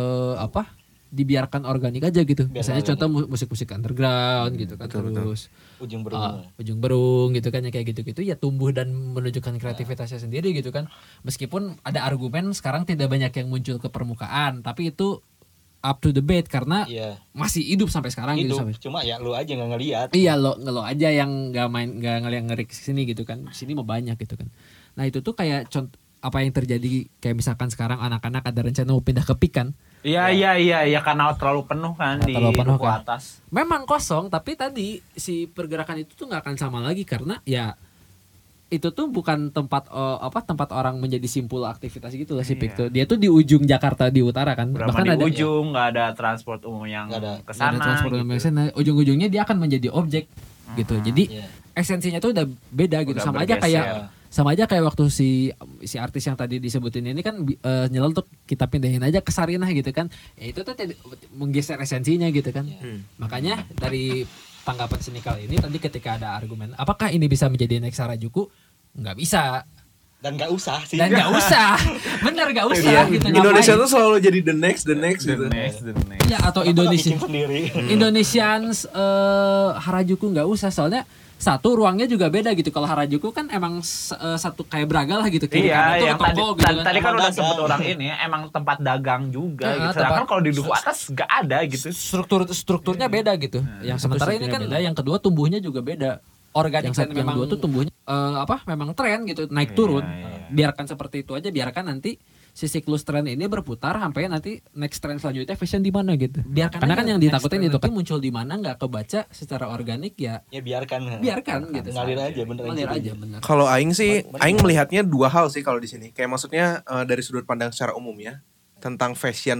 C: dibiarkan organik aja gitu. Misalnya contoh musik-musik underground gitu kan. Terus
D: Ujung
C: Berung gitu kan, yang kayak gitu-gitu ya tumbuh dan menunjukkan kreativitasnya sendiri gitu kan. Meskipun ada argumen sekarang tidak banyak yang muncul ke permukaan, tapi itu up to debate karena masih hidup sampai sekarang gitu sampai.
D: Cuma ya lu aja nggak ngelihat.
C: Iya, lo aja yang nggak ngeliat sini gitu kan. Sini mau banyak gitu kan. Nah itu tuh kayak contoh apa yang terjadi kayak misalkan sekarang anak-anak ada rencana mau pindah ke PIK kan.
B: Iya karena terlalu penuh kan di duku atas.
C: Memang kosong, tapi tadi si pergerakan itu tuh nggak akan sama lagi karena ya itu tuh bukan tempat tempat orang menjadi simpul aktivitas gitu lah si PIK tuh. Dia tuh di ujung Jakarta di utara kan.
B: Bahkan di ujung nggak ada transport umum yang ke sana.
C: Gitu. Ujung-ujungnya dia akan menjadi objek gitu. Jadi esensinya tuh udah beda gitu. Sama aja kayak waktu si artis yang tadi disebutin ini kan nyeletuk kita pindahin aja ke Sarinah gitu kan. Ya itu tuh menggeser esensinya gitu kan. Makanya dari tanggapan sinikal ini tadi ketika ada argumen apakah ini bisa menjadi next Harajuku? Nggak bisa.
D: Dan nggak usah sih.
C: Bener nggak usah gitu.
A: Indonesia tuh selalu jadi the next gitu.
C: Ya atau Indonesians Harajuku nggak usah, soalnya satu ruangnya juga beda gitu. Kalau Harajuku kan emang satu kayak Braga lah gitu.
B: Iya, yang tadi kan udah sebut orang ini emang tempat dagang juga gitu. Sedangkan kalau di duku atas nggak ada gitu.
C: Strukturnya beda gitu. Yang sementara ini kan beda, yang kedua tumbuhnya juga beda. Organik yang memang dua tuh tumbuhnya memang tren gitu, naik turun. Biarkan seperti itu aja, biarkan nanti si siklus tren ini berputar sampai nanti next trend selanjutnya fashion di mana gitu. Biarkan karena kan yang ditakutin itu kan muncul di mana nggak kebaca secara organik ya.
D: Ya biarkan
C: gitu.
D: Ngalir aja bener.
A: Kalau aing sih aing melihatnya dua hal sih kalau di sini. Kayak maksudnya dari sudut pandang secara umum ya. Tentang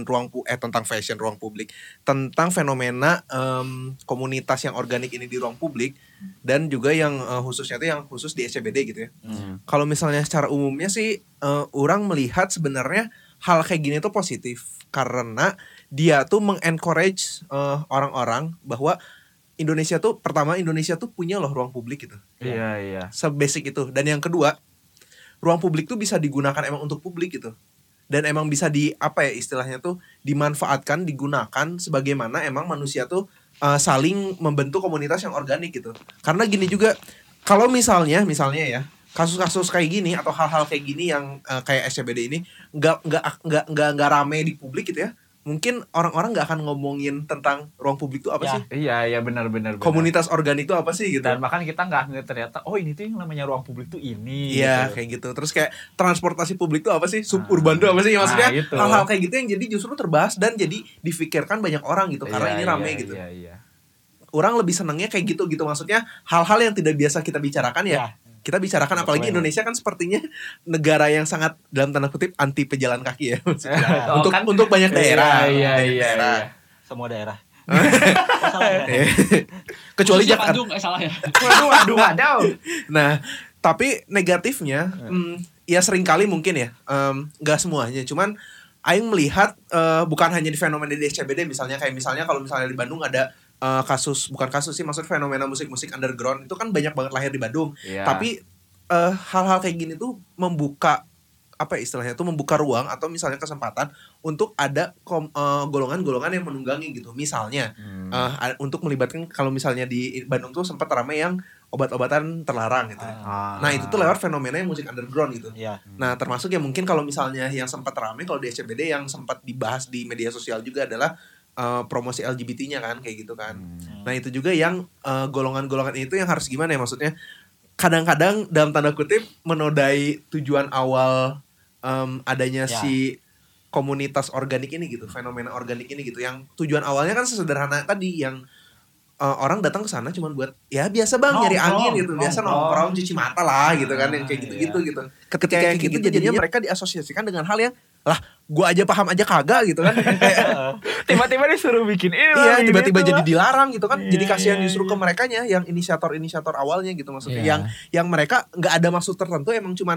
A: fashion ruang publik, tentang fenomena komunitas yang organik ini di ruang publik, dan juga yang khususnya itu yang khusus di SCBD gitu ya. Kalau misalnya secara umumnya sih orang melihat sebenarnya hal kayak gini tuh positif karena dia tuh mengencourage orang-orang bahwa Indonesia tuh punya loh ruang publik gitu.
B: Iya.
A: Sebasic itu. Dan yang kedua, ruang publik tuh bisa digunakan emang untuk publik gitu. Dan emang bisa istilahnya tuh dimanfaatkan, digunakan sebagaimana emang manusia tuh saling membentuk komunitas yang organik gitu. Karena gini juga, kalau misalnya ya kasus-kasus kayak gini atau hal-hal kayak gini yang kayak SCBD ini nggak rame di publik gitu ya, mungkin orang-orang nggak akan ngomongin tentang ruang publik itu apa sih?
B: Iya benar.
A: Komunitas organik itu apa sih gitu?
B: Dan bahkan kita nggak ternyata ini tuh yang namanya ruang publik tuh ini.
A: Iya gitu. Kayak gitu. Terus kayak transportasi publik itu apa sih? Suburban itu apa sih? Maksudnya hal-hal kayak gitu yang jadi justru terbahas dan jadi difikirkan banyak orang gitu karena ini rame gitu.
B: Iya.
A: Orang lebih senangnya kayak gitu maksudnya hal-hal yang tidak biasa kita bicarakan ya. Kita bicarakan apalagi Indonesia kan sepertinya negara yang sangat dalam tanda kutip anti pejalan kaki ya untuk banyak daerah.
B: Iya.
D: Semua daerah.
A: Kecuali Jakarta.
C: Bandung salah ya.
B: Waduh.
A: Nah, tapi negatifnya ya seringkali mungkin ya nggak semuanya. Cuman aing melihat bukan hanya di fenomena di SCBD misalnya kalau misalnya di Bandung ada bukan kasus sih, maksud fenomena musik underground itu kan banyak banget lahir di Bandung. Tapi hal-hal kayak gini tuh membuka membuka ruang atau misalnya kesempatan untuk ada golongan-golongan yang menunggangi gitu. Misalnya untuk melibatkan, kalau misalnya di Bandung tuh sempat ramai yang obat-obatan terlarang gitu. Nah itu tuh lewat fenomena yang musik underground gitu. Nah termasuk ya mungkin kalau misalnya yang sempat ramai kalau di SCBD yang sempat dibahas di media sosial juga adalah promosi LGBT-nya kan kayak gitu kan. Nah itu juga yang golongan-golongan itu yang harus gimana ya, maksudnya kadang-kadang dalam tanda kutip menodai tujuan awal adanya si komunitas organik ini gitu, fenomena organik ini gitu, yang tujuan awalnya kan sesederhana tadi yang orang datang ke sana cuma buat ya biasa bang nyari angin gitu, biasa nongkrong cuci mata lah gitu kan, yang kayak gitu. Ketika kayak gitu jadinya mereka diasosiasikan dengan hal yang lah gua aja paham aja kagak gitu kan.
B: Tiba-tiba disuruh bikin ini.
A: Iya, tiba-tiba jadi dilarang gitu kan. Jadi kasihan justru ke merekanya yang inisiator awalnya gitu maksudnya. Yang mereka nggak ada maksud tertentu, emang cuman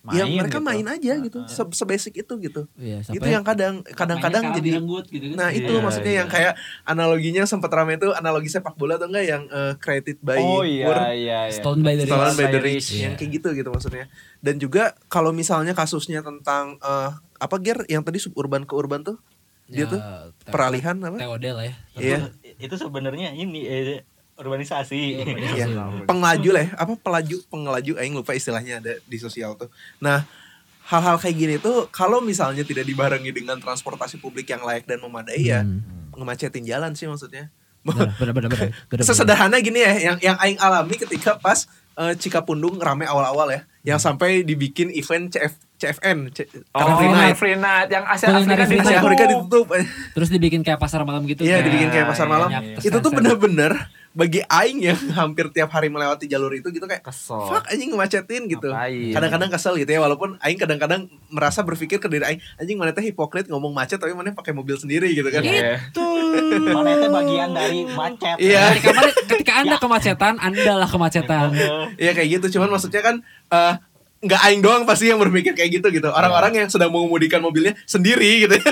A: ya mereka
B: gitu.
A: main aja gitu, sebasic itu gitu.
C: Iya,
A: Itu yang kadang-kadang jadi
C: direnggut gitu kan.
A: nah itu maksudnya yang kayak analoginya sempat ramai itu analogi sepak bola atau enggak yang created by poor,
B: iya.
C: Stolen by the
A: stolen
C: rich.
A: by the rich,
C: Iya.
A: yang kayak gitu maksudnya. Dan juga kalau misalnya kasusnya tentang apa Ger yang tadi suburban ke urban tuh dia
C: Ya,
A: tuh peralihan apa?
C: TOD lah ya.
A: Iya.
D: Itu sebenarnya ini urbanisasi.
A: Iya. Pengelaju lah ya. Apa pengelaju aing lupa istilahnya ada di sosial tuh. Nah, hal-hal kayak gini tuh kalau misalnya tidak dibarengi dengan transportasi publik yang layak dan memadai ya ngemacetin jalan sih maksudnya.
C: Bener.
A: Sesederhana gini ya yang aing alami ketika pas Cikapundung rame awal-awal ya. Yang sampai dibikin event CFN
B: Free Night yang Asia
A: Afrika ditutup.
C: Terus dibikin kayak pasar malam gitu.
A: Iya,
C: kan.
A: dibikin kayak pasar malam.
C: Banyak
A: Itu tuh
C: stand-stand.
A: bener-bener bagi aing yang hampir tiap hari melewati jalur itu gitu kayak
B: Kesel.
A: fuck anjing ngemacetin gitu.
B: Ngapain?
A: Kadang-kadang kesel gitu ya walaupun aing kadang-kadang merasa berpikir ke diri aing anjing mana teh hipokrit ngomong macet tapi mana pakai mobil sendiri gitu kan.
C: Itu.
D: Mana itu bagian dari macet.
A: Iya.
C: Ketika Anda kemacetan, Andalah kemacetan.
A: Iya kayak gitu cuman maksudnya kan nggak aing doang pasti yang berpikir kayak gitu. Orang-orang yang sedang mengemudikan mobilnya sendiri gitu.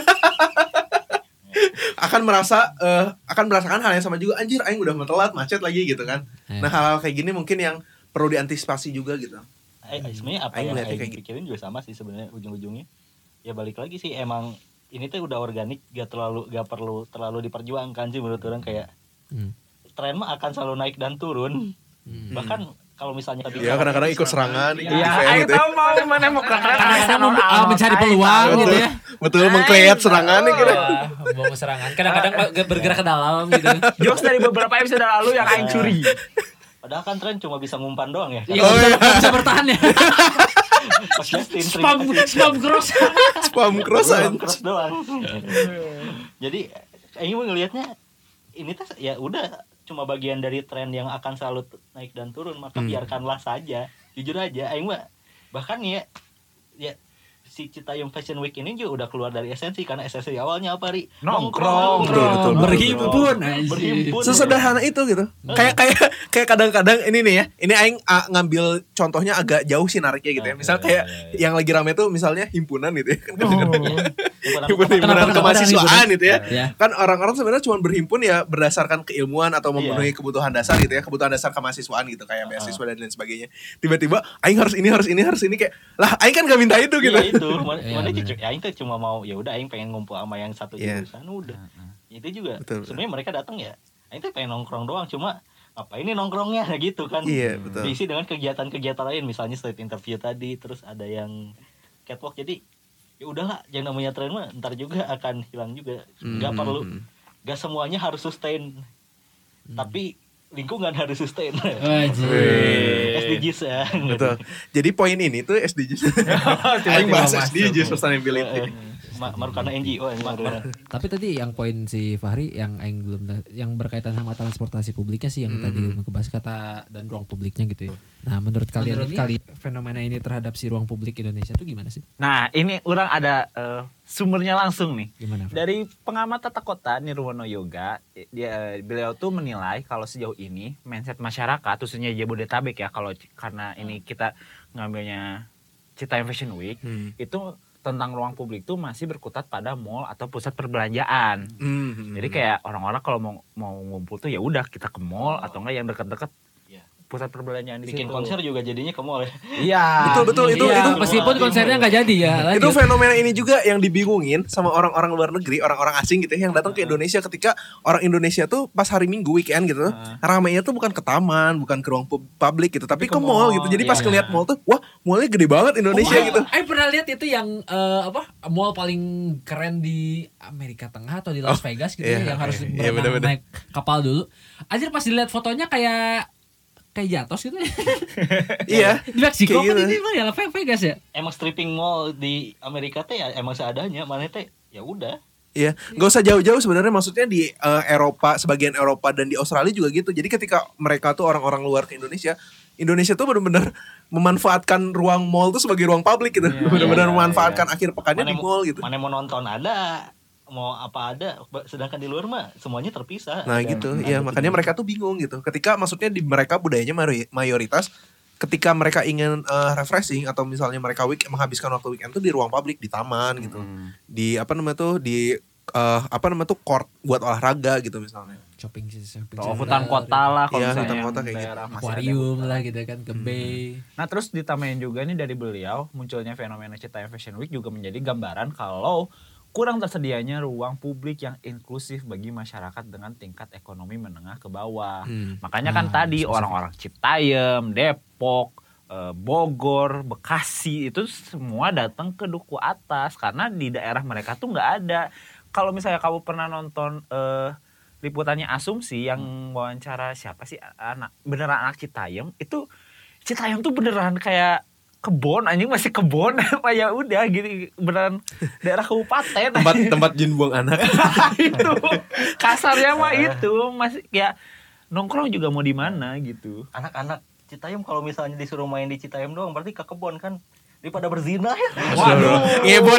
A: akan merasakan hal yang sama juga anjir aing udah telat macet lagi gitu kan. Nah hal-hal kayak gini mungkin yang perlu diantisipasi juga gitu.
D: Sebenarnya apa
A: Aing
D: yang
A: ngeliatnya
D: Aing
A: kayak
D: pikirin juga sama sih sebenarnya ujung-ujungnya. Ya balik lagi sih emang ini tuh udah organik gak perlu terlalu diperjuangkan sih menurut orang kayak tren mah akan selalu naik dan turun. Bahkan kalau misalnya
A: Ya kadang-kadang ikut serangan
B: Iya,
A: event
B: aing
A: gitu.
B: tahu mana mau
C: Kadang-kadang mencari peluang gitu ya.
A: Betul meng-create serangan gitu.
C: Mau serangan. Kadang-kadang bergerak ke dalam gitu.
B: Jokes dari beberapa episode lalu yang aing curi.
D: Padahal kan tren cuma bisa ngumpan doang ya.
C: Iya, bisa bertahan ya.
D: Pas Justin
C: Spam cross.
A: Spam cross
D: doang,
A: aja.
D: cross doang. Jadi Aing mau ngelihatnya ini tuh ya udah cuma bagian dari tren yang akan selalu naik dan turun, maka biarkanlah saja. Jujur aja Aing mah bahkan ya si Citayam Fashion Week ini juga udah keluar dari esensi karena esensi awalnya apa Ri?
B: Nongkrong.
A: Betul.
C: Berhimpun.
A: Sesederhana itu gitu. Kayak kadang-kadang ini nih ya. Ini aing ngambil contohnya agak jauh sih nariknya gitu ya. Misal kayak yang lagi rame tuh misalnya himpunan gitu ya. Himpunan kemahasiswaan gitu ya. Kan orang-orang sebenarnya cuma berhimpun ya berdasarkan keilmuan atau memenuhi kebutuhan dasar gitu ya. Kebutuhan dasar kemahasiswaan gitu kayak beasiswa dan lain sebagainya. Tiba-tiba aing harus ini kayak lah aing kan gak minta itu gitu.
D: Iya itu. Mana aing tuh cuma mau ya udah aing pengen ngumpul sama yang satu jurusan udah. Itu juga sebenarnya mereka datang ya aing tuh pengen nongkrong doang cuma apa ini nongkrongnya gitu kan.
A: Iya, betul.
D: Diisi dengan kegiatan-kegiatan lain misalnya street interview tadi terus ada yang catwalk jadi ya udahlah yang namanya tren mah ntar juga akan hilang juga. Gak semuanya harus sustain. Tapi lingkungan harus sustain. SDGs ya.
A: Betul. Jadi poin ini tuh SDGs. Aing bahas SDGs sustainability.
D: Marukana NGO
C: Tapi tadi yang poin si Fahri yang aing belum yang berkaitan sama transportasi publiknya sih yang tadi ngebahas kata dan ruang publiknya gitu ya. Nah, menurut kalian ini fenomena ini terhadap si ruang publik Indonesia itu gimana sih?
B: Nah, ini orang ada sumbernya langsung nih.
C: Gimana?
B: Dari pengamat tata kota Nirwono Yoga, beliau tuh menilai kalau sejauh ini mindset masyarakat khususnya Jabodetabek ya karena ini kita ngambilnya Citayam Fashion Week itu tentang ruang publik tuh masih berkutat pada mall atau pusat perbelanjaan. Jadi kayak orang-orang kalau mau ngumpul tuh ya udah kita ke mall atau enggak yang dekat-dekat pusat perbelanjaan di
D: bikin
B: situ.
D: Konser juga jadinya ke mall ya.
B: Iya.
A: Betul itu
C: meskipun konsernya nggak jadi ya.
A: Itu fenomena ini juga yang dibingungin sama orang-orang luar negeri, orang-orang asing gitu yang datang ke Indonesia ketika orang Indonesia tuh pas hari Minggu weekend gitu, ramainya tuh bukan ke taman, bukan ke ruang publik gitu, tapi ke mall gitu. Jadi pas ngeliat mall tuh, wah, mallnya gede banget Indonesia gitu.
C: Aku pernah lihat itu yang mall paling keren di Amerika Tengah atau di Las Vegas gitu yang harus berenang naik kapal dulu. Anjir pas dilihat fotonya kayak Jatos gitu.
A: Iya.
C: Di Meksiko kan
A: gitu.
C: ini mah ya Vegas ya.
D: Emang stripping mall di Amerika teh ya emang seadanya, mana teh ya udah.
A: Iya, nggak usah jauh-jauh sebenarnya maksudnya di Eropa, sebagian Eropa dan di Australia juga gitu. Jadi ketika mereka tuh orang-orang luar ke Indonesia tuh benar-benar memanfaatkan ruang mall tuh sebagai ruang publik gitu. Benar-benar memanfaatkan akhir pekannya di mall gitu.
D: Mana mau nonton ada, mau apa ada, sedangkan di luar mah semuanya terpisah.
A: Nah gitu, ya makanya mereka tuh bingung gitu. Ketika maksudnya di mereka budayanya mayoritas ketika mereka ingin refreshing atau misalnya mereka menghabiskan waktu weekend tuh di ruang publik, di taman gitu. Di court buat olahraga gitu misalnya.
C: Shopping
B: hutan kota lah kalau misalnya
A: hutan kota
B: yang
A: kayak
B: daerah masih ada
C: akuarium
B: hutan.
C: lah gitu kan, ke bay.
B: Nah terus ditambahin juga nih dari beliau, munculnya fenomena Citayam Fashion Week juga menjadi gambaran kalau kurang tersedianya ruang publik yang inklusif bagi masyarakat dengan tingkat ekonomi menengah ke bawah. Makanya kan tadi orang-orang Citayam, Depok, Bogor, Bekasi itu semua datang ke Duku Atas karena di daerah mereka tuh nggak ada. Kalau misalnya kamu pernah nonton liputannya Asumsi yang wawancara siapa sih beneran anak Citayam, itu Citayam tuh beneran kayak kebon, anjing masih kebon apa ya udah gitu, beneran daerah kabupaten.
A: tempat jin buang anak.
B: Itu kasarnya mah itu masih ya nongkrong juga mau di mana gitu.
D: Anak-anak Citayam kalau misalnya disuruh main di Citayam doang berarti ke kebon kan daripada berzina ya.
B: Waduh.
A: Ngebon.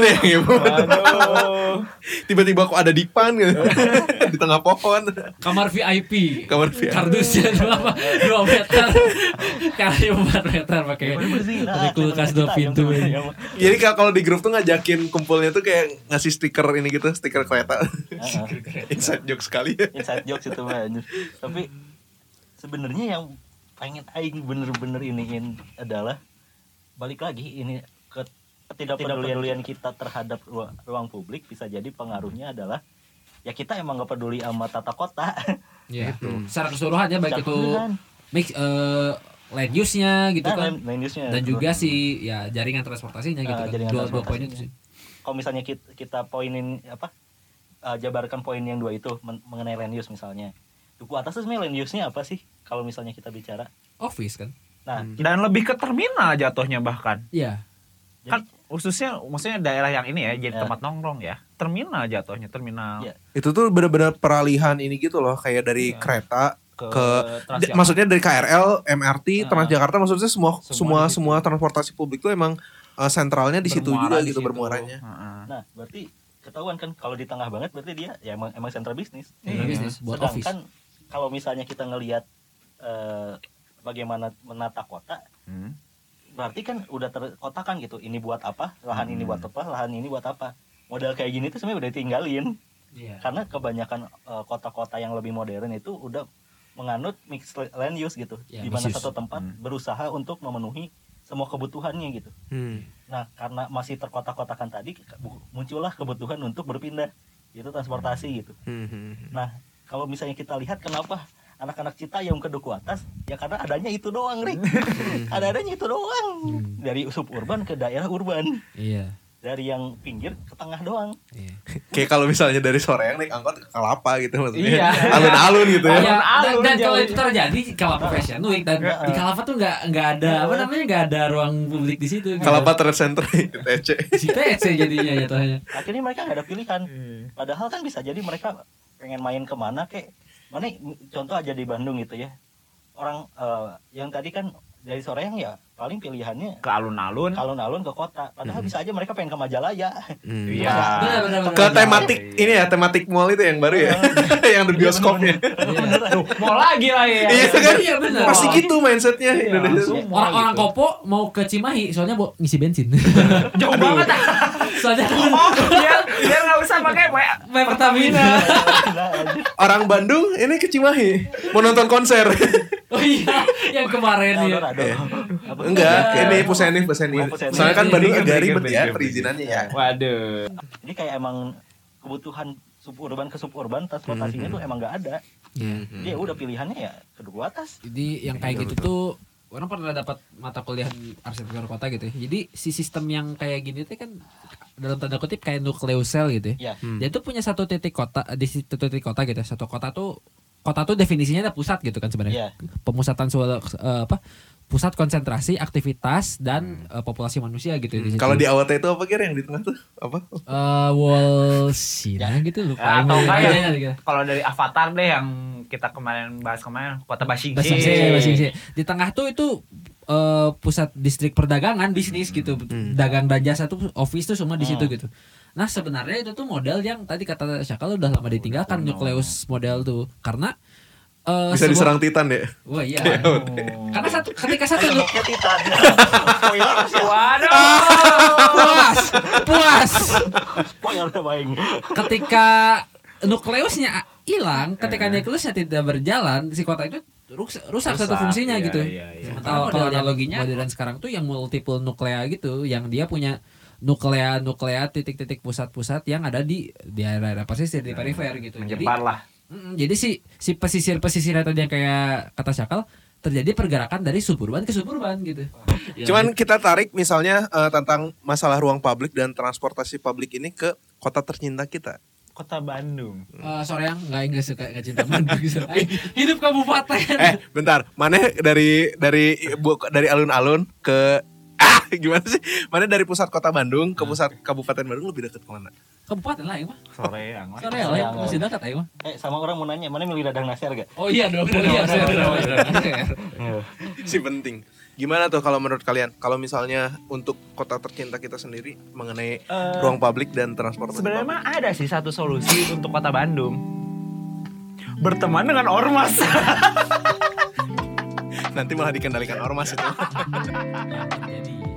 B: Waduh.
A: Tiba-tiba kok ada dipan gitu. Di tengah pohon.
C: Kamar VIP. Kardusnya 2 meter kali 4 meter pakai kulkas 2 pintu.
A: Jadi kalau di grup tuh ngajakin kumpulnya tuh kayak ngasih stiker ini gitu, stiker kereta. Inside joke sekali ya.
D: Inside jokes itu mah. Tapi sebenarnya yang pengen aing bener-bener iniin adalah balik lagi ini ke ketidakpedulian kita terhadap ruang publik. Bisa jadi pengaruhnya adalah ya kita emang gak peduli sama tata kota.
C: Iya. Secara keseluruhan ya, baik itu mix land use-nya gitu kan.
D: Land use-nya.
C: Dan juga si ya jaringan transportasinya gitu kan. Dua poin itu sih.
D: Kalau misalnya kita poinin jabarkan poin yang 2 itu mengenai land use misalnya. Duku Atas tuh sebenarnya land use-nya apa sih kalau misalnya kita bicara?
C: Office kan.
D: Nah,
B: dan lebih ke terminal jatuhnya bahkan.
C: Iya.
B: Kan khususnya maksudnya daerah yang ini ya jadi tempat nongkrong ya. Terminal jatuhnya, terminal.
D: Ya.
A: Itu tuh benar-benar peralihan ini gitu loh, kayak dari kereta ke maksudnya dari KRL, MRT, Transjakarta, maksudnya semua transportasi publik tuh emang sentralnya di situ juga gitu bermuaranya.
D: Nah, berarti ketahuan kan kalau di tengah banget berarti dia ya emang sentral bisnis.
C: Bisnis buat office.
D: Sedangkan kalau misalnya kita ngelihat bagaimana menata kota, berarti kan udah terkotakan gitu. Ini buat apa? Lahan ini buat apa? Lahan ini buat apa? Model kayak gini tuh sebenarnya udah tinggalin. Karena kebanyakan kota-kota yang lebih modern itu udah menganut mixed land use gitu. Di mana satu tempat berusaha untuk memenuhi semua kebutuhannya gitu. Nah, karena masih terkotak-kotakan tadi muncullah kebutuhan untuk berpindah. Itu transportasi gitu. Nah, kalau misalnya kita lihat kenapa anak-anak Citayam ke Duku Atas, ya karena adanya itu doang, Rik. Adanya itu doang. Dari suburban ke daerah urban.
C: Iya.
D: Dari yang pinggir ke tengah doang.
C: Iya.
A: Kayak kalau misalnya dari Soreang naik angkot ke Kalapa gitu maksudnya.
B: Iya.
A: Alun-alun gitu ya.
C: Dan kalau itu terjadi Kalapa Fashion Week dan di Kalapa tuh nggak ada nggak ada ruang publik di situ.
A: Kalapa Trade Center TC.
C: Si TC jadinya jatuhnya.
D: Akhirnya mereka nggak ada pilihan. Padahal kan bisa jadi mereka pengen main kemana kayak mana contoh aja di Bandung gitu ya. Orang yang tadi kan dari Soreang ya paling pilihannya
B: ke alun-alun
D: ke kota. Padahal bisa aja mereka pengen ke Majalaya.
B: Iya.
A: Ke tematik ini ya, tematik mall itu yang baru ya. Yang ada bioskopnya.
B: Mau lagi lah ya.
A: Iya kan?
C: Iya benar.
A: Pasti gitu mindsetnya Indonesia.
C: Orang Kopo mau ke Cimahi soalnya mau ngisi bensin.
B: Jauh banget.
C: Soalnya
B: Biar nggak usah pakai
C: Pertamina.
A: Orang Bandung ini ke Cimahi mau nonton konser.
C: Oh iya, yang kemarin ya.
A: Enggak, ini Puseni. Soalnya kan Bandung agak ribet ya perizinannya ya.
B: Waduh.
D: Jadi kayak emang kebutuhan suburban ke suburban transportasinya tuh emang nggak ada. Dia udah pilihannya ya ke Duku Atas.
C: Jadi yang kayak gitu tuh orang pernah dapat mata kuliah arsitektur kota gitu ya. Jadi si sistem yang kayak gini tuh kan dalam tanda kutip kayak nucleus cell gitu ya. Dia tuh punya satu titik kota di satu titik kota gitu. Satu kota tuh definisinya ada pusat gitu kan sebenarnya. Pemusatan pusat konsentrasi aktivitas dan populasi manusia gitu di situ.
A: Kalau di AWT itu apa kira yang di tengah tuh? Apa?
C: Wall Sina gitu lupa.
B: Atau kayak kalau dari Avatar deh yang kita bahas kemarin kota Basingse.
C: Di tengah tuh itu pusat distrik perdagangan bisnis gitu. Dagang dan jasa tuh office tuh semua di situ gitu. Nah sebenarnya itu tuh model yang tadi kata Syakal udah lama ditinggalkan nucleus model tuh karena
A: Bisa diserang Titan ya.
C: Wah iya. Karena ketika satu
D: Titan.
C: puas.
D: Spoiler baing.
C: Ketika nukleusnya hilang, ketika nukleusnya tidak berjalan, si kota itu rusak satu fungsinya gitu. Sementara kalau analoginya modern sekarang tuh yang multiple nuklea gitu, yang dia punya nuklea titik-titik pusat-pusat yang ada di daerah pesisir di perifer gitu.
B: Menyebar lah.
C: Jadi si pesisir tadi yang kayak kata Syakal terjadi pergerakan dari suburban ke suburban gitu.
A: Cuman kita tarik misalnya tentang masalah ruang publik dan transportasi publik ini ke kota tercinta kita.
B: Kota Bandung.
C: Sorry yang nggak suka nggak cinta Bandung. Hidup kabupaten.
A: Bentar, mana dari alun-alun ke gimana sih? Mana dari pusat kota Bandung ke pusat kabupaten Bandung lebih dekat kemana?
C: Kabupaten lah ya mah.
B: Soreang
C: Masih dekat ya mah.
D: Sama orang mau nanya, mana milih Dadang Nasir gak?
C: Oh iya dong.
A: Si penting. Gimana tuh kalau menurut kalian? Kalau misalnya untuk kota tercinta kita sendiri mengenai ruang publik dan transportasi.
B: Sebenarnya mah ada sih satu solusi untuk kota Bandung. Berteman dengan ormas.
A: Nanti malah dikendalikan ormas itu.
C: Jadi